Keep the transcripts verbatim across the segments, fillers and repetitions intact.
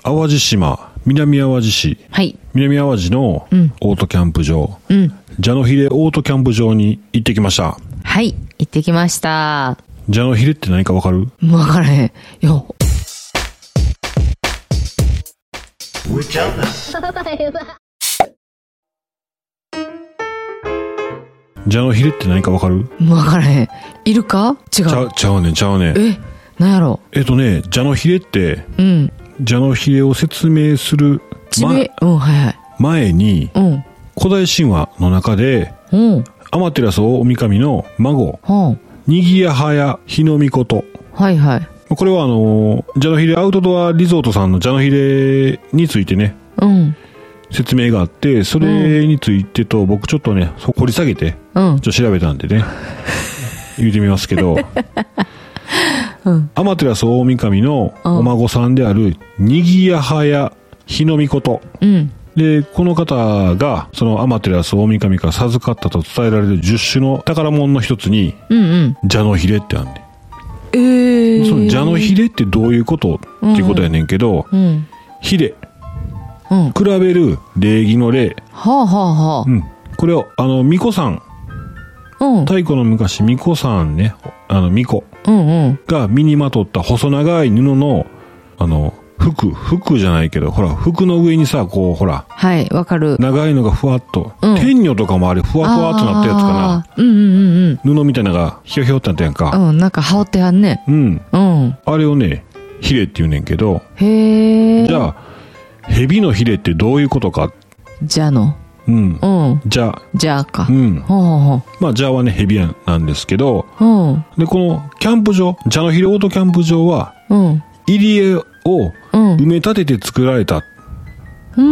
淡路島、南淡路市、 はい、 南淡路のオートキャンプ場、うん、ジャノヒレオートキャンプ場に行ってきました。 はい、行ってきました。 ジャノヒレって何かわかる？ わからへん。よ。 ジャノヒレって何かわかる？ わからへん。イルカ？違う。 ちゃう、ちゃうねん、ちゃうねん。 え、なんやろ？ えっとね、ジャノヒレって、うん。ジャノヒレを説明する、 ま、うん、はいはい。 前に、うん、古代神話の中で、うん。アマテラス大神の孫、うん。にぎやはやひのみこと。 はいはい。 これはあの、ジャノヒレアウトドアリゾートさんのジャノヒレについてね、うん。説明があって、それについてと僕ちょっとね、掘り下げて、うん、ちょっと調べたんでね、言ってみますけど、うん、アマテラス大神のお孫さんであるにぎやはやひのみこと、うん、でこの方がそのアマテラス大神から授かったと伝えられるじゅっ種の宝物の一つに、うんうん、ジャノヒレってあんねん。 えー、 そのジャノヒレってどういうことっていうことやねんけど、うんうん、ヒレ、うん、比べる礼儀の礼、 はあはあはあ、 うん、これをあの巫女さん、うん、太古の昔巫女さんね、あの巫女、うんうん、が身にまとった細長い布のあの服服じゃないけどほら服の上にさこうほらはいわかる長いのがふわっと、うん、天女とかもあれふわふわっとなったやつかな、 うんうんうんうん、 布みたいなのがひょひょってなったやんか、 うん、なんか羽織ってはんね、 うんうん、あれをねヒレって言うねんけど、 へえ、 じゃあ蛇のヒレってどういうことか、 じゃのうん、うん、じゃじゃか、 うん、ほうほうほう、まあじゃはね蛇なんですけど、うん、でこのキャンプ場、ジャノヒレオートキャンプ場は、うん、入り江を埋め立てて作られた、うん、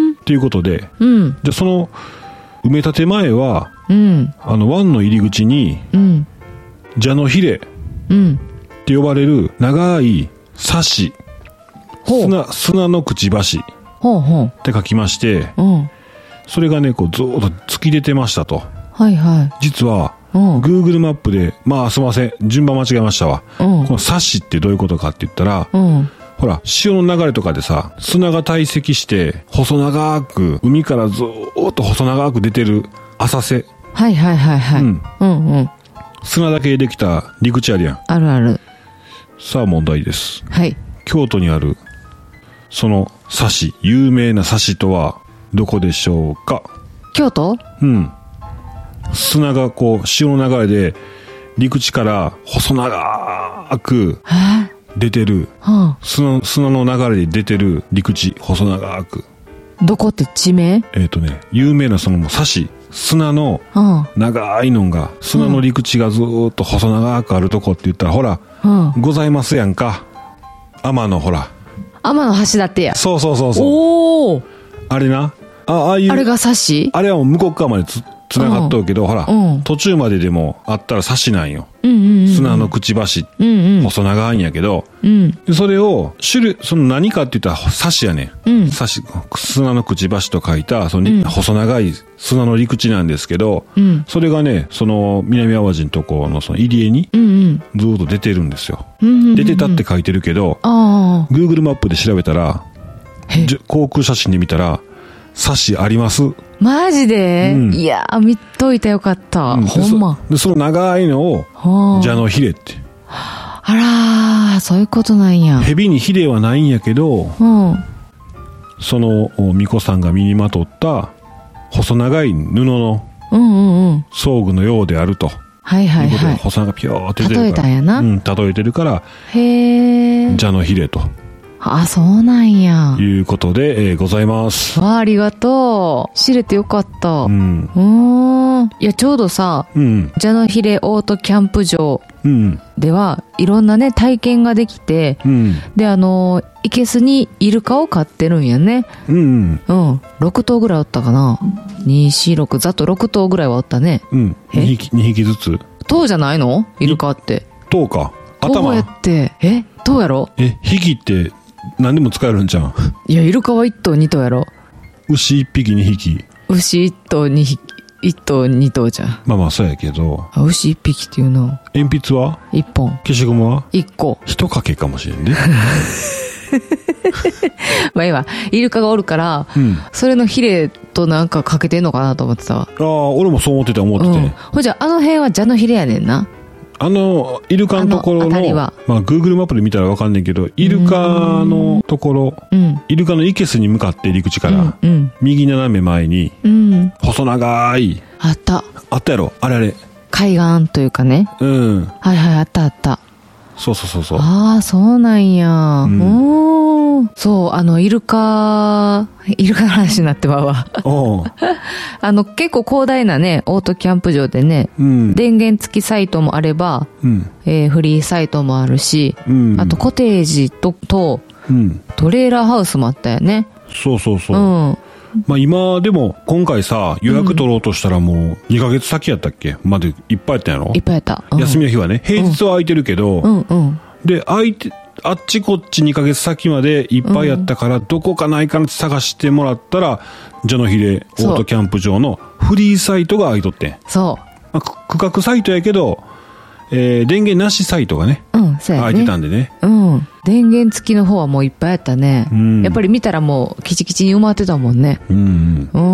っていうことで、うん、じゃその埋め立て前は、うん、あの湾の入り口に、うん、ジャノヒレ、うん、って呼ばれる長いサシ、砂、砂のくちばしって書きまして、うん、それがねこうずーっと突き出てましたと。 はいはい。 実は、うん、Google マップで、まあすいません順番間違えましたわ、うん、このサシってどういうことかって言ったら、うん、ほら潮の流れとかでさ砂が堆積して細長く海からずーっと細長く出てる浅瀬、 はいはいはいはい、うん、うんうん、 砂だけでできた陸地あるやん。 あるある。 さあ問題です。 はい。 京都にあるそのサシ、有名なサシとはどこでしょうか。 京都？ うん。砂がこう潮の流れで陸地から細長く出てる、砂、砂の流れで出てる陸地、細長く。 どこって地名？ えっとね、有名なそのサシ、砂の長いのが、砂の陸地がずーっと細長くあるとこって言ったら、ほら、うん、ございますやんか。天のほら。 天の橋だってや。 そうそうそうそう。 おー。 あれな。あ、ああいう。 あれがサシ？ あれはもう向こう側までつ、つながっとるけど、うん、ほら、うん、途中まででもあったらサシなんよ。うんうんうん、砂のくちばし、うんうん、細長いんやけど、うん、でそれを、種類、その何かって言ったらサシやねん。うん、サシ、砂のくちばしと書いた、その、うん、細長い砂の陸地なんですけど、うん、それがね、その南淡路のとこのその入り江に、ずーっと出てるんですよ。うんうんうん、出てたって書いてるけど、Google マップで調べたら、航空写真で見たら、サシあります。 マジで、うん、いやー見といたよかった、うん、ほんま。 でその長いのをジャノヒレって。 あらー、そういうことなんや。 蛇にヒレはないんやけど、うん、その巫女さんが身にまとった細長い布の装具のようであると、はいはいはい、細長ピョーって出てるから、例えたんやな、うん、例えてるからへージャノヒレと。 あ、そうなんや。 いうことで、えー、ございます。 わあ、ありがとう。知れてよかった。うん。うん。いや、ちょうどさ、うん、ジャノヒレオートキャンプ場では、いろんなね、体験ができて、うん、で、あの、いけすにイルカを飼ってるんやね。うん。うん。ろく頭ぐらいおったかな。に、よん、ろく、ざっとろく頭ぐらいはおったね。 うん。にひき、にひきずつ。 頭じゃないの？イルカって。 頭か。頭。 頭やって、え？頭やろ？ え、ひきって、何でも使えるんじゃん。 いや、イルカはいっ頭に頭やろ。 牛いっぴきにひき。 牛いっ頭にひき、いっ頭に頭じゃん。 まあまあそうやけど。 あ、牛いっぴきっていうの。 鉛筆はいっぽん。 消しゴムはいっこ。 一かけかもしれんね。 まあいいわ。イルカがおるから、うん、それのヒレとなんかかけてんのかなと思ってたわ。 ああ、俺もそう思ってた思ってて。うん、 ほんじゃ、あの辺は蛇のヒレやねんな。 あの、イルカのところの、のまあ、Google マップで見たらわかんないけど、イルカのところ、うん、イルカのイケスに向かって入り口から、うんうん、右斜め前に、うん、細長い。 あった。 あったやろあれあれ。 海岸というかね。 うん。 はいはい、あったあった。 そうそうそうそう。 ああ、そうなんや。うん、おー。そう、あの、イルカ、イルカの話になってまうわ。おあの、結構広大なね、オートキャンプ場でね、うん、電源付きサイトもあれば、うんえー、フリーサイトもあるし、うん、あとコテージと、と、うん、トレーラーハウスもあったよね。 そうそうそう。うん。まあ今でも今回さ予約取ろうとしたらもうにかげつ先やったっけまでいっぱいやったんやろ。 いっぱいやった、 うん、休みの日はね平日は空いてるけど、うんうん、で空いてあっちこっちにかげつ先までいっぱいやったから、うん、どこかないかなって探してもらったらジャノヒレオートキャンプ場のフリーサイトが空いとってん。 そう、 まあ、区画サイトやけど、えー、電源なしサイトがね、うん、そうやね、空いてたんでね。 うん。電源付きの方はもういっぱいあったね。うん、やっぱり見たらもうキチキチに埋まってたもんね。うん。 うん。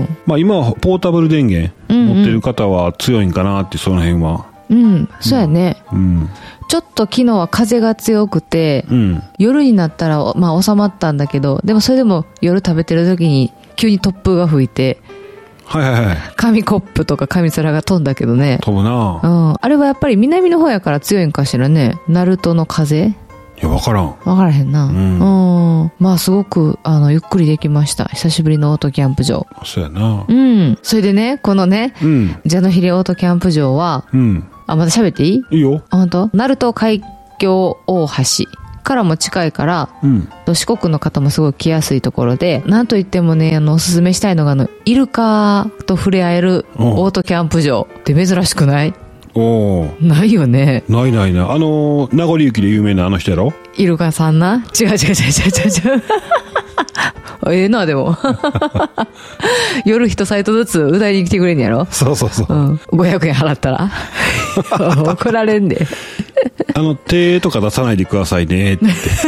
まあ今はポータブル電源持ってる方は強いんかなって、その辺は。 うん、そうやね。うん。ちょっと昨日は風が強くて、うん、夜になったらまあ収まったんだけど、でもそれでも夜食べてる時に急に突風が吹いて、 はいはいはい。 紙コップとか紙皿が飛んだけどね。 飛ぶな。 うん。あれはやっぱり南の方やから強いんかしらね。ナルトの風。 いや、わからん。 わからへんな。うん。うん。まあ、すごく、あの、ゆっくりできました。久しぶりのオートキャンプ場。 そうやな。 うん。それでね、このね、うん、ジャノヒレオートキャンプ場は、うん。あ、また喋っていい？ いいよ。 あ、ほんと？ナルト海峡大橋からも近いから、うん。四国の方もすごい来やすいところで、なんといってもね、あの、おすすめしたいのが、あの、イルカと触れ合えるオートキャンプ場って珍しくない？おないよね。 ないないない。あの名残雪で有名なあの人やろ。 イルカさんな。違う違う違う違う違う違うええな。でも夜一サイトずつ歌いに来てくれんやろ。 そうそうそう、うん、 ごひゃくえん払ったら怒られんであの手とか出さないでくださいねって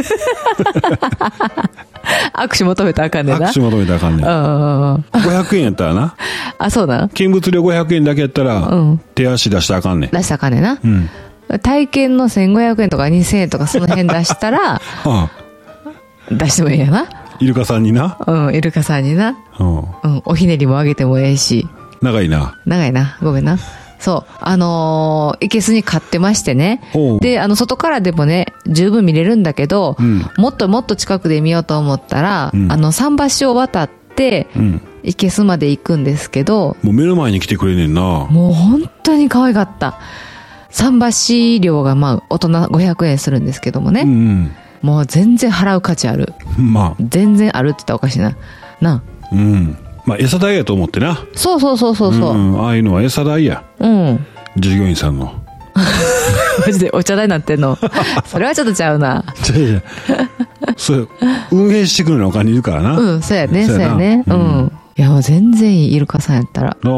握手求めたらあかんねんな。 握手求めたらあかんねん。ごひゃくえんやったらな。 あ、そうだ。 見物料ごひゃくえんだけやったら、うん、手足出したらあかんねん。 出したらあかんねんな。うん、体験のせんごひゃくえんとかにせんえんとかその辺出したら、ああ出してもいいやな。 イルカさんにな。 うん、イルカさんにな。うん。うん、おひねりもあげてもええし。 長いな。 長いな。ごめんな。そう。あのー、いけすに買ってましてね。で、あの、外からでもね、十分見れるんだけど、うん、もっともっと近くで見ようと思ったら、うん、あの、桟橋を渡って、うん、いけすまで行くんですけど。 もう目の前に来てくれねんな。 もう本当に可愛かった。桟橋料がまあ、大人ごひゃくえんするんですけどもね。うんうん、もう全然払う価値ある。まあ。全然あるって言ったらおかしいな。なあ。うん。 まあ、餌代やと思ってな。 そうそうそうそうそう、 うん、ああいうのは餌代や。うん。従業員さんの。 マジでお茶代になってんの。それはちょっとちゃうな。違う違う。 それ、運営してくるのお金いるからな。 うん、そうやね、そうやね。うん。うん、いや、もう全然いいイルカさんやったら。うん。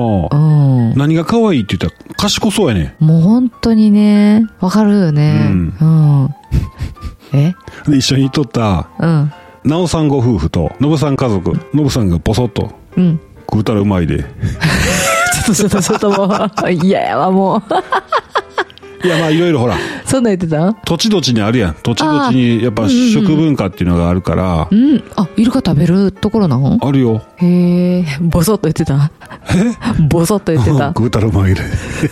何が可愛いって言ったら賢そうやね。 もう本当にね、わかるよね。うん。うん、えで、一緒に撮った、うん。なおさんご夫婦と、のぶさん家族、のぶさんがボソッと、うん。食うたらうまいで。ちょっとちょっとちょっともう、嫌やわ、もう。 いや、まあいろいろほら。 そんなん言ってた？ 土地土地にあるやん。土地土地にやっぱ食文化っていうのがあるから。 うん、うん。あ、イルカ食べるところなの？ あるよ。 へえ、ボソッと言ってた？え？ボソッと言ってた。 食うたらうまいで。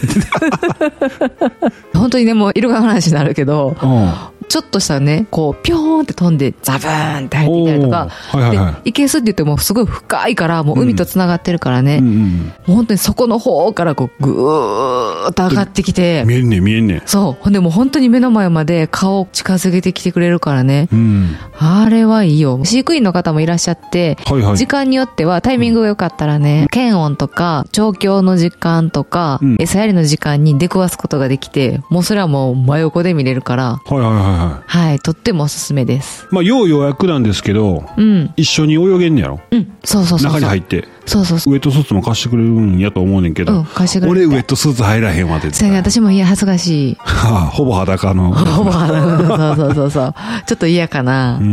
本当にね、もうイルカの話になるけど、うん、ちょっとしたね、こう、ピョーンって飛んで、ザブーンって入ってきたりとか、はいはいはい、で、いけすって言ってもすごい深いから、もう海と繋がってるからね、うんうんうん、もう本当にそこの方からこう、ぐーっと上がってきて、 見えんねん見えんねん。 そう。ほんでもう本当に目の前まで顔近づけてきてくれるからね、うん、あれはいいよ。飼育員の方もいらっしゃって、はいはい、時間によってはタイミングが良かったらね、検温とか、調教の時間とか、うん、餌やりの時間に出くわすことができて、もうそれはもう真横で見れるから、はいはいはい。 はい。 はい、とってもおすすめです。 まあ、要予約なんですけど、うん。一緒に泳げんねやろ。 うん、そうそうそう。 中に入って。 そうそうそう。 ウェットスーツも貸してくれるんやと思うねんけど。うん、貸してくれる。俺ウェットスーツ入らへんわって言って。 そうや、私もいや、恥ずかしい。 はあ、ほぼ裸の。 ほぼ裸。そうそうそうそう。ちょっと嫌かな。うん。うん。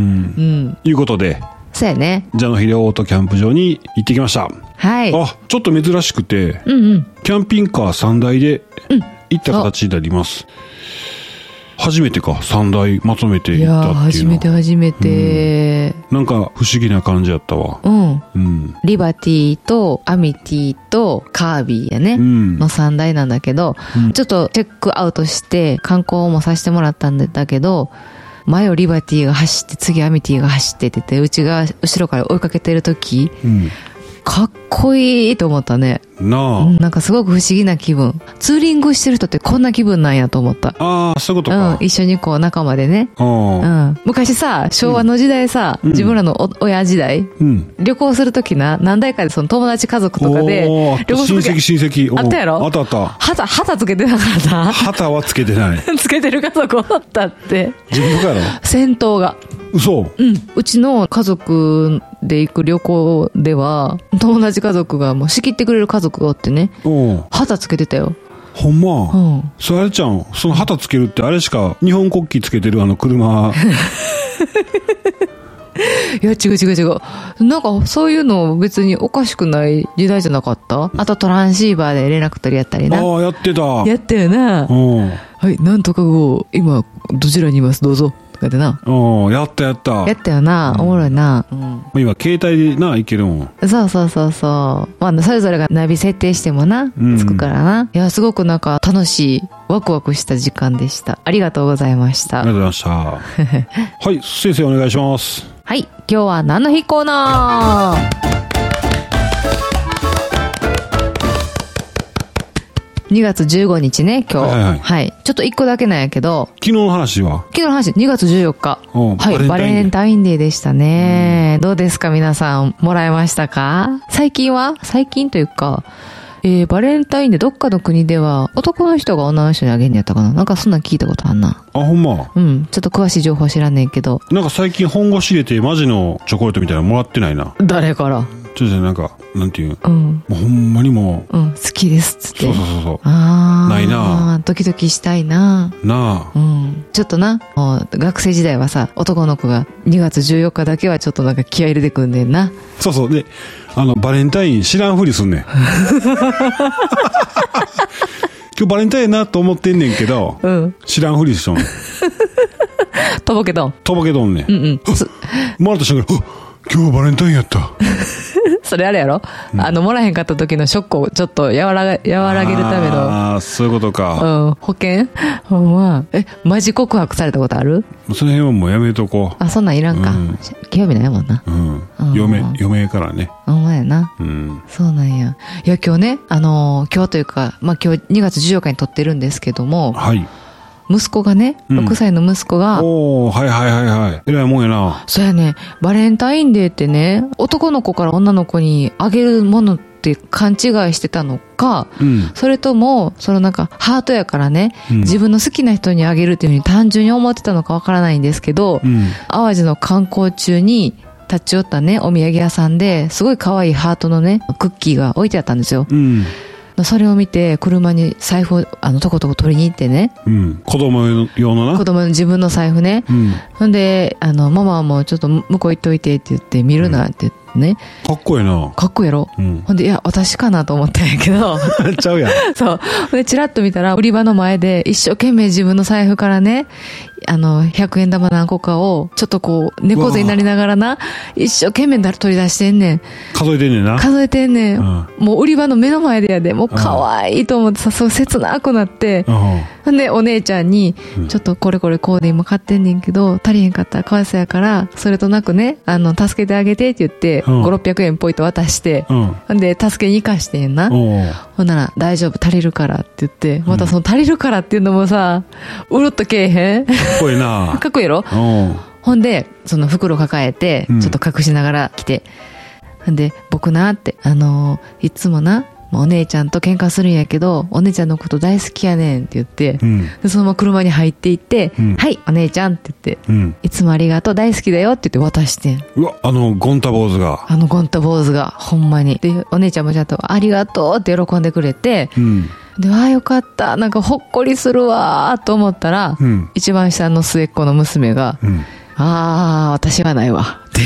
いうことで。 そうやね。 蛇のヒレオートキャンプ場に行ってきました。 はい。 あ、ちょっと珍しくて、 うんうん、 キャンピングカーさんだいで行った形になります。うん、初めてか、さんだいまとめて行ったっていうのは。いや、 初めて初めて、 うん。なんか不思議な感じやったわ。 うん。うん、リバティとアミティとカービィやね。うん、のさんだいなんだけど、うん、ちょっとチェックアウトして観光もさせてもらったんだけど、前をリバティが走って次アミティが走ってってて、うちが後ろから追いかけてる時、うん、かっこいいと思ったね。 なあ、 うん、なんかすごく不思議な気分。ツーリングしてる人ってこんな気分なんやと思った。 ああ、そういうことか。 うん、一緒にこう仲間でね。うん、昔さ、昭和の時代さ、うん、自分らのお親時代、うん、旅行するときな、何代かでその友達家族とかで、 旅行する親戚親戚。 あったやろ？ あったあった。 旗、旗つけてなかった？ 旗はつけてない。 つけてる家族おったって。 自分から戦闘が。 嘘？ うん。うちの家族で行く旅行では、友達家族がもう仕切ってくれる家族がおってね、旗つけてたよ。 ほんま、うん、それあれちゃん、その旗つけるってあれしか日本国旗つけてるあの車いや違う違う違う、なんかそういうの別におかしくない時代じゃなかった？あとトランシーバーで連絡取りやったりな。 ああ、やってたやったよな。うん、はい、なんとか号今どちらにいます、どうぞとかでな。 うん、やったやったやったよな、おもろいな。うん、 今携帯でな、いけるもん。 そうそうそうそう。まあ、それぞれがナビ設定してもな、つくからな。うん、いや、すごくなんか楽しい、ワクワクした時間でした。ありがとうございました。 ありがとうございました。はい、先生お願いします。 はい、今日は何の日コーナー？にがつじゅうごにちね、今日。はい、はいはい、ちょっといっこだけなんやけど。 昨日の話は？ 昨日の話、にがつじゅうよっか。はい、バレンタインデーでしたね。うん、どうですか皆さん、もらいましたか？最近は最近というか、えー、バレンタインデーどっかの国では男の人が女の人にあげんのやったかな？なんかそんなん聞いたことあんな。 あ、ほんま？ うん。ちょっと詳しい情報知らんねんけど。 なんか最近本腰入れてマジのチョコレートみたいなのもらってないな。 誰から？ ちょっとなんか、なんていう、うん、もうほんまにもう、うん、好きですっつって。 そうそうそうそう。 ああ。 ないな。 ドキドキしたいな。 なあ。 うん。ちょっとな、もう学生時代はさ、男の子がにがつじゅうよっかだけはちょっとなんか気合い入れてくんねんな。 そうそう。で、あの、バレンタイン知らんふりすんねん。今日バレンタインなと思ってんねんけど、うん、知らんふりしとんねん。 とぼけどん。 とぼけどんねん。 うんうん。 もらった瞬間、今日バレンタインやった。 それあれやろ、うん、あの、もらへんかった時のショックをちょっと和らげ、和らげるための。 ああ、そういうことか。 うん。保険ほんま。え、マジ告白されたことある？ その辺はもうやめとこう。 あ、そんなんいらんか。うん、興味ないもんな。 うん。嫁、嫁からね。 ほんまやな。うん。そうなんや。いや、今日ね、あのー、今日というか、まあ、今日にがつじゅうよっかに撮ってるんですけども。 はい。 息子がね、ろくさいの息子が、 うん、おー、はいはいはいはい。えらいもんやな。 そうやね、バレンタインデーってね、男の子から女の子にあげるものって勘違いしてたのか、うん、それとも、そのなんか、ハートやからね、うん、自分の好きな人にあげるっていうふうに単純に思ってたのかわからないんですけど、うん、淡路の観光中に、立ち寄ったね、お土産屋さんで、すごい可愛いハートのね、クッキーが置いてあったんですよ。うんそれを見て、車に財布を、あの、とことこ取りに行ってね。 うん。子供用のな。 子供の自分の財布ね。うん。ほんで、あの、ママもちょっと向こう行っといてって言って、見るなって言ってね。 かっこいいな。 かっこいいやろ。うん。ほんで、いや、私かなと思ったんやけど。 ちゃうやん。 そう。で、チラッと見たら、売り場の前で、一生懸命自分の財布からね、あの、ひゃくえん玉何個かを、ちょっとこう、猫背になりながらな、一生懸命取り出してんねん。 数えてんねんな。 数えてんねん。うん、もう売り場の目の前でやで、もう可愛いと思ってさ、そう切なくなって、ほんで、お姉ちゃんに、ちょっとこれこれコーディも買ってんねんけど、足りへんかったらかわいそうやから、それとなくね、あの、助けてあげてって言って、うん、ご、ろっぴゃくえんポイと渡して、うん、ほんで、助けに行かしてんな。ほんなら、大丈夫、足りるからって言って、またその足りるからっていうのもさ、うるっとけえへん？かっこいいな。 かっこいいやろ？ほんで、その袋抱えて、ちょっと隠しながら来て、ほんで、僕なって、あのー、いつもな、 お姉ちゃんと喧嘩するんやけど、お姉ちゃんのこと大好きやねんって言って、うん、でそのまま車に入っていって、うん、はいお姉ちゃんって言って、うん、いつもありがとう大好きだよって言って渡してん。 うわ、あのゴンタ坊主があのゴンタ坊主がほんまにで、お姉ちゃんもちゃんとありがとうって喜んでくれて、うん、でああよかった、なんかほっこりするわと思ったら、うん、一番下の末っ子の娘が、うん、ああ私はないわって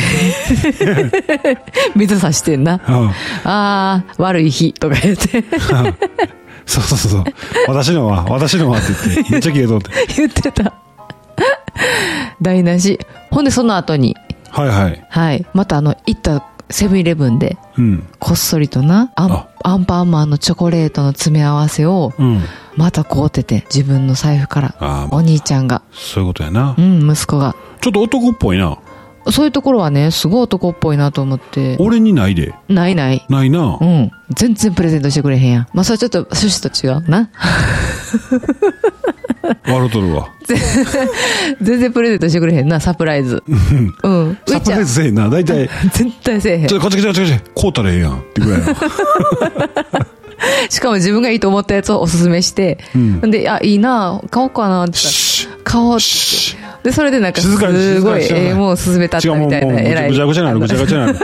水差してんな、ああ悪い日とか言ってそうそうそう、私のは私のはって言ってめっちゃ消えとって言ってた台無し。ほんでその後にはいはいはいまたあの行ったセブンイレブンで、うん、こっそりとなアン、アンパンマンのチョコレートの詰め合わせを、うん、また買うてて、自分の財布から、お兄ちゃんが。 そういうことやな。 うん、息子が。 ちょっと男っぽいな。 そういうところはね、すごい男っぽいなと思って。 俺にないで。 ないない。 ないな。 うん。全然プレゼントしてくれへんやん。まあ、それちょっと趣旨と違うな。 笑うとるわ。 全然プレゼントしてくれへんな、サプライズ。うん。 サプライズせえへんな、大体。 絶対せえへん。 ちょっとこっち来てこっち来て、こうたらええやん。ってぐらいな。 しかも自分がいいと思ったやつをおすすめして、うん、で、あ、いいな、買おうかなって言ったら、買おうって。で、それでなんか、すごい、えー、もう勧めたったみたいな、偉い。 ぐちゃぐちゃなる、ぐちゃぐちゃなる。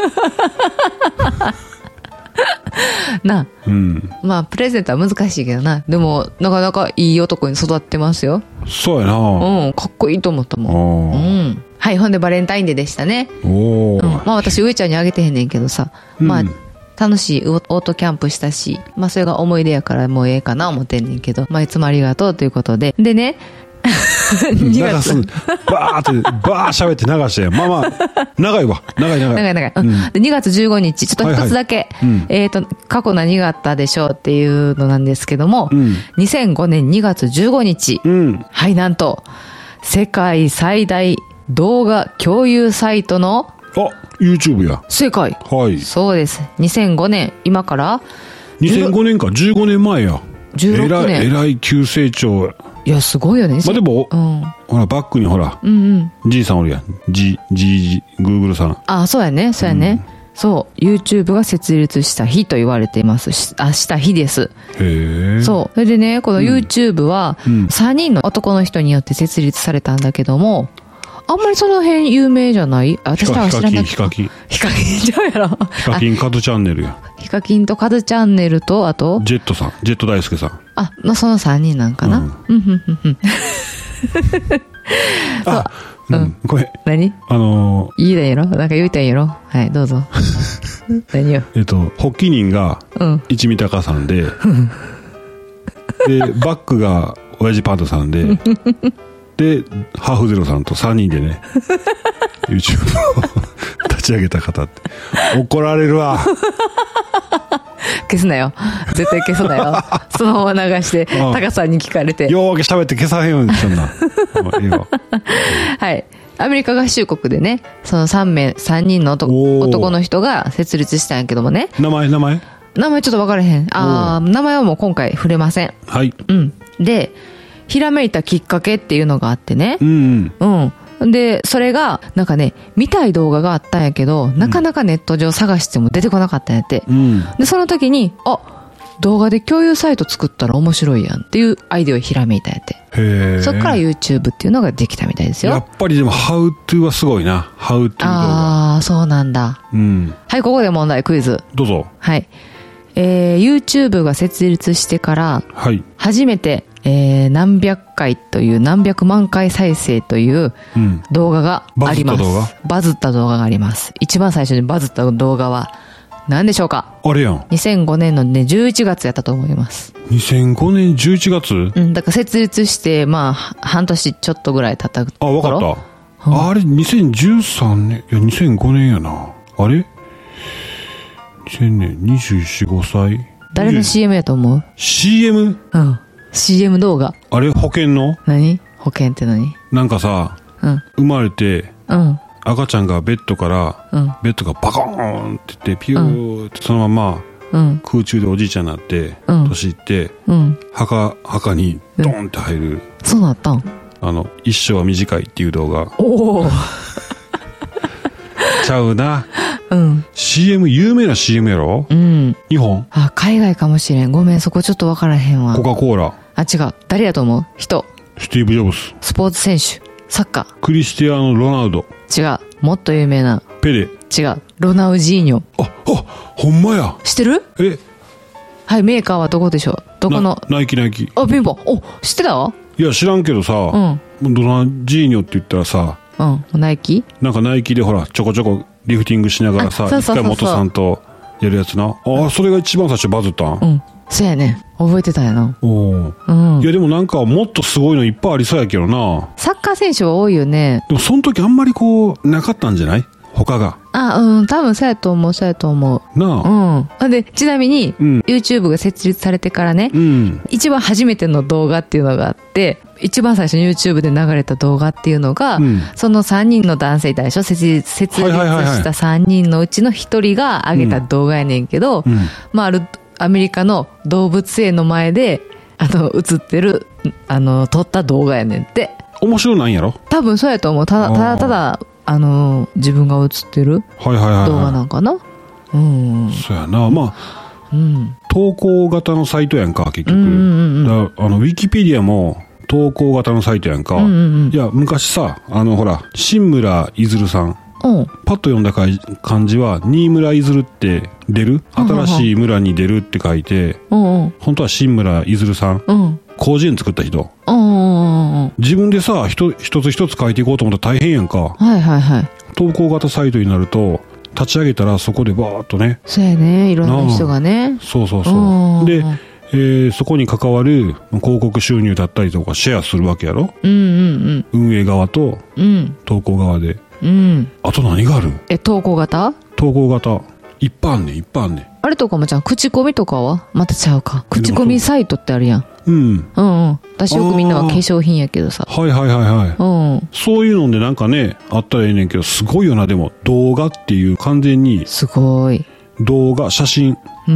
なあ、うん、まあプレゼントは難しいけどな。でもなかなかいい男に育ってますよ。 そうやな。 うん、かっこいいと思ったもん。うん。はい、ほんでバレンタインデーでしたね。おお、うん。まあ私上ちゃんにあげてへんねんけどさ、うん、まあ楽しいオートキャンプしたし、まあそれが思い出やからもうええかな思ってんねんけど、まあいつもありがとうということで、でね。 にがつ流すバーってバー喋って流してまあまあ長いわ長い長い長い長い、うん、でにがつじゅうごにちちょっと一つだけ、はいはい、うん、えっ、ー、と過去何があったでしょうっていうのなんですけども、うん、にせんごねんにがつじゅうごにち、うん、はい、なんと世界最大動画共有サイトのあ YouTube や正解、 はい、 そうです。にせんごねん今からにせんごねんかじゅうごねんまえや。 じゅうろくねんえらい急成長。 いやすごいよね。 まあでも、うん、ほらバックにほら、うんうん、G さんおるやん。G G Google さん。 あ、そうやね、そうやね。うん、そう YouTube が設立した日と言われています。あ、した日です。へえ。そう。それでね、この YouTube はさんにんの男の人によって設立されたんだけども、あんまりその辺有名じゃない？私は知らない。 ヒカキン。 ヒカキンちゃうやろ。 ヒカキンカズチャンネルや。 ヒカキンとカズチャンネルと、あとジェットさん。ジェット大輔さん。 あ、まあ、そのさんにんなんかな。うん。うん、うん、うん。 あ、うん。これ。 何？ あのー。いいだやろ？なんか言いたいんやろ？はい、どうぞ。何よ。 えっと、発起人が一味高さんで、うん、で、バックが親父パンダさんで、で、ハーフゼロさんとさんにんでね、YouTube を立ち上げた方って。怒られるわ。 消すなよ。絶対消すなよ。そのまま流して、タカさんに聞かれて。 よーけ喋って消さへんようにしたんだ。 はい。アメリカ合衆国でね、そのさんめい、さんにんの 男, 男の人が設立したんやけどもね。 名前、名前名前ちょっと分からへん。ああ、名前はもう今回触れません。 はい。 うん。で、ひらめいたきっかけっていうのがあってね。うん、うん。うん。で、それが、なんかね、見たい動画があったんやけど、なかなかネット上探しても出てこなかったんやって。うん。で、その時に、あ、動画で共有サイト作ったら面白いやんっていうアイデアをひらめいたんやって。へー。そっから YouTube っていうのができたみたいですよ。 やっぱりでも、How to はすごいな。How to 動画。 ああ、そうなんだ。うん。はい、ここで問題、クイズ。 どうぞ。 はい。えー、YouTube が設立してから、はい。初めて、えー、何百回という何百万回再生という動画があります、うん、バズった動画バズった動画があります。一番最初にバズった動画は何でしょうか？ あれやん、 にせんごねんのねじゅういちがつやったと思います。 にせんごねんじゅういちがつ？うん、だから設立してまあ半年ちょっとぐらい経ったあ、わかった、うん、あれにせんじゅうさんねんいやにせんごねんやな。あれにせんねんにじゅうよん、ごさい誰の シーエム やと思う？ シーエム？ うん、シーエム 動画。 あれ保険の？ 何？保険って何？ なんかさ、うん、生まれて、うん、赤ちゃんがベッドから、うん、ベッドがバコーンって言ってピューってそのまま、うん、空中でおじいちゃんになって、うん、年いって、うん、墓墓にドーンって入る、うん、 そうなったん？ あの一生は短いっていう動画。 おおちゃうな。 うん。 シーエム、有名な シーエム やろ？ うん。 日本？ あ、海外かもしれん。ごめん、そこちょっとわからへんわ。 コカ・コーラ。 あ、違う。誰やと思う？人。 スティーブ・ジョブズ。 スポーツ選手。サッカー。 クリスティアーノ・ロナウド。 違う。もっと有名な。 ペレ。 違う。ロナウジーニョ。 あ、あ、ほんまや。 知ってる？ え？ はい、メーカーはどこでしょう？どこの？ ナイキナイキ。 あ、ピンポン。お、知ってた？ いや、知らんけどさ、うん。ロナウジーニョって言ったらさ、 うん、ナイキ？なんかナイキでほら、ちょこちょこリフティングしながらさ、一回元さんとやるやつな。ああ、それが一番最初バズったん？ うん。そうやね。覚えてたやな。 おお。うん。いやでもなんかもっとすごいのいっぱいありそうやけどな。 サッカー選手は多いよね。 でもその時あんまりこう、なかったんじゃない？他が。 あ、うん、多分そうやと思う、そうやと思う。 なあ。うん。で、ちなみに、うん、YouTube が設立されてからね、うん、一番初めての動画っていうのがあって、一番最初に YouTube で流れた動画っていうのが、うん、そのさんにんの男性いたでしょ？設立、設立したさんにんのうちのひとりが上げた動画やねんけど、うん、まあ、あるアメリカの動物園の前で、あの、映ってる、あの、撮った動画やねんって。 面白ないんやろ？ 多分そうやと思う。ただ、ただただ、あの、自分が映ってる動画なんかな。はいはいはいはい、うん。 そうやな。まあ、うん、投稿型のサイトやんか、結局。うんうんうん、だあの、ウィキペディアも投稿型のサイトやんか。うんうんうん、いや、昔さ、あの、ほら、新村いずるさん。うん、パッと読んだ漢字は、新村いずるって出る？新しい村に出るって書いて、うんうん、本当は新村いずるさん。うん広辞苑作った人、うんうんうん、自分でさ一つ一つ書いていこうと思ったら大変やんか。 はいはいはい。 投稿型サイトになると立ち上げたらそこでバーッとね。 そうやね、いろんな人がね。 そうそうそう。で、えー、そこに関わる広告収入だったりとかシェアするわけやろ。うんうんうん。運営側と投稿側で。うん。あと何がある？ え、投稿型？ 投稿型。いっぱいあんねん、いっぱいあんねん。 あれとかもじゃん、口コミとかはまたちゃうか。口コミサイトってあるやん。うん。うんうん。私よくみんなは化粧品やけどさ。 はいはいはいはい。うん。そういうのでなんかね、あったらええねんけど、すごいよな、でも。動画っていう完全に。 すごい。 動画、写真。うん。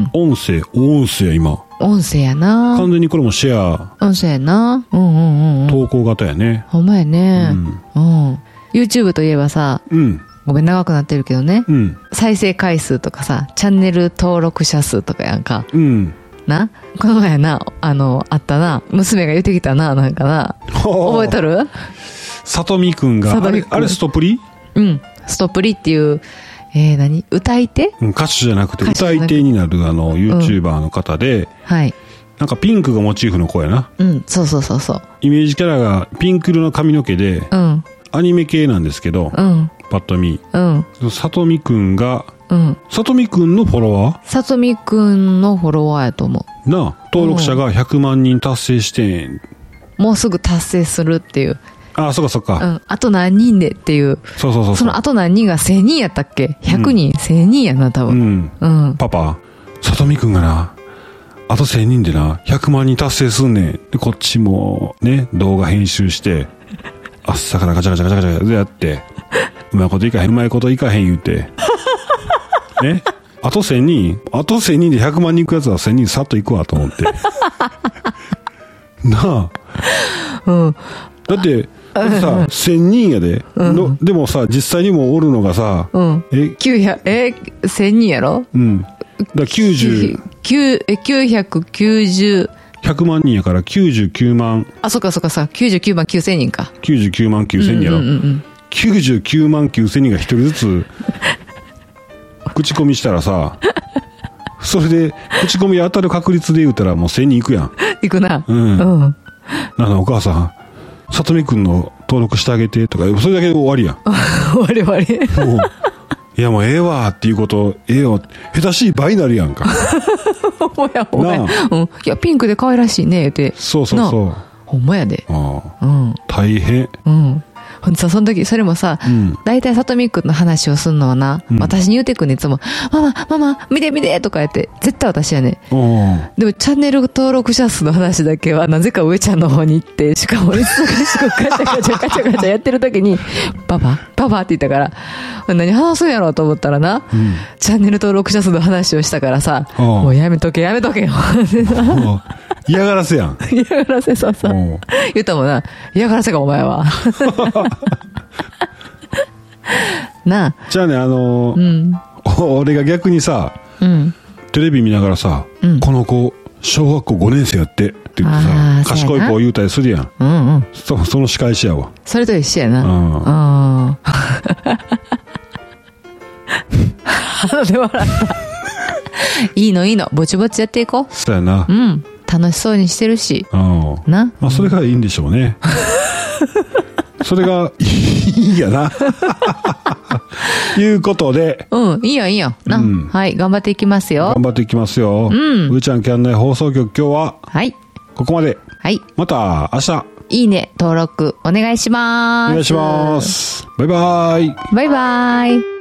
音声、音声や今。 音声やな。 完全にこれもシェア。 音声やな。うんうんうん、うん。 投稿型やね。 ほんまやね。うん。うん。YouTube といえばさ。うん。ごめん、長くなってるけどね。うん。再生回数とかさ、チャンネル登録者数とかやんか。うん。な、この前な、あの、あったな、娘が言ってきたな、なんかな。覚えとる？ さとみくんが、あれ、あれストプリ？ うん。ストプリっていう、えー、何？歌い手？ うん、歌手じゃなくて、歌い手になる、あの、YouTuber の方で、うん、はい。なんかピンクがモチーフの子やな。 うん、そうそうそうそう。 イメージキャラがピンク色の髪の毛で、うん。アニメ系なんですけど、うん。パッと見。うん。さとみくんが、うん。さとみくんのフォロワー？ さとみくんのフォロワーやと思う。なあ、登録者がひゃくまんにん達成して、うん、 もうすぐ達成するっていう。 ああ、そっかそっか。 うん。あと何人でっていう。 そうそうそうそう。 そのあと何人がせんにんやったっけ？ ひゃく 人、うん、せんにんやな、多分。 うん。うん。パパ、さとみくんがな、あとせんにんでな、ひゃくまんにん達成すんねん。で、こっちもね、動画編集して、朝からガチャガチャガチャガチャやって、うまいこといかへん、うまいこといかへん言うて。ね。あとせんにん、あとせんにんでひゃくまんにんいくやつはせんにんさっといくわと思って。なあ。うん。だって、だってさ、せんにんやで、うん、の。でもさ、実際にもおるのがさ、うん、 え、きゅうひゃく、え、せんにんやろ？うん。 だきゅうじゅう。 え、きゅうひゃくきゅうじゅう。 ひゃくまんにんやからきゅうじゅうきゅうまん。 あ、そっかそっかさ、きゅうじゅうきゅうまんきゅうせんにんか。 きゅうじゅうきゅうまんきゅうせんにんやろ。うんうんうん、きゅうじゅうきゅうまんきゅうせんにんが一人ずつ、口コミしたらさ、それで、口コミ当たる確率で言うたらもうせんにんいくやん。 いくな。うん。うん。 なんだお母さん、さとみくんの登録してあげてとか、それだけで終わりやん。 終わり終わり。もう、 いやもうええわっていうこと、ええよ、下手しい倍になるやんか。 ほんまやほんまや。うん。いや、ピンクで可愛らしいね、って。 そうそうそう。 ほんまやで。ああ。うん。大変。うん。 ほんとさ、その時、それもさ、うん、大体さとみくんの話をすんのはな、うん、私に言うてくんねいつも、ママ、ママ、見て見てとか言って、絶対私やね。でも、チャンネル登録者数の話だけは、なぜか上ちゃんの方に行って、しかも、忙しくガチャガチャガチャガチャやってる時に、パパ、パパって言ったから、何話すんやろうと思ったらな、うん、チャンネル登録者数の話をしたからさ、もうやめとけ、やめとけよ。 嫌がらせやん。 嫌がらせ、そうそう。言ったもんな、嫌がらせかお前は。 なあ。 じゃあね、あのー、うん、俺が逆にさ、うん、テレビ見ながらさ、うん、この子、小学校ごねん生やってって言ってさ、賢い子を言うたりするやん。うんうん。そ、その仕返しやわ。 それと一緒やな。うん。ああ。鼻で笑った。いいのいいの。ぼちぼちやっていこう。 そうやな。 うん。楽しそうにしてるし。うん。な。 まあ、それがいいんでしょうね。それがいいやな。いうことで。 うん、いいよいいよ。な、うん、はい、頑張っていきますよ。 頑張っていきますよ。うん。うーちゃんキャンナイ放送局今日は。はい。ここまで。はい。また明日。 いいね、登録お願いします。 お願いします。バイバイ。 バイバイ。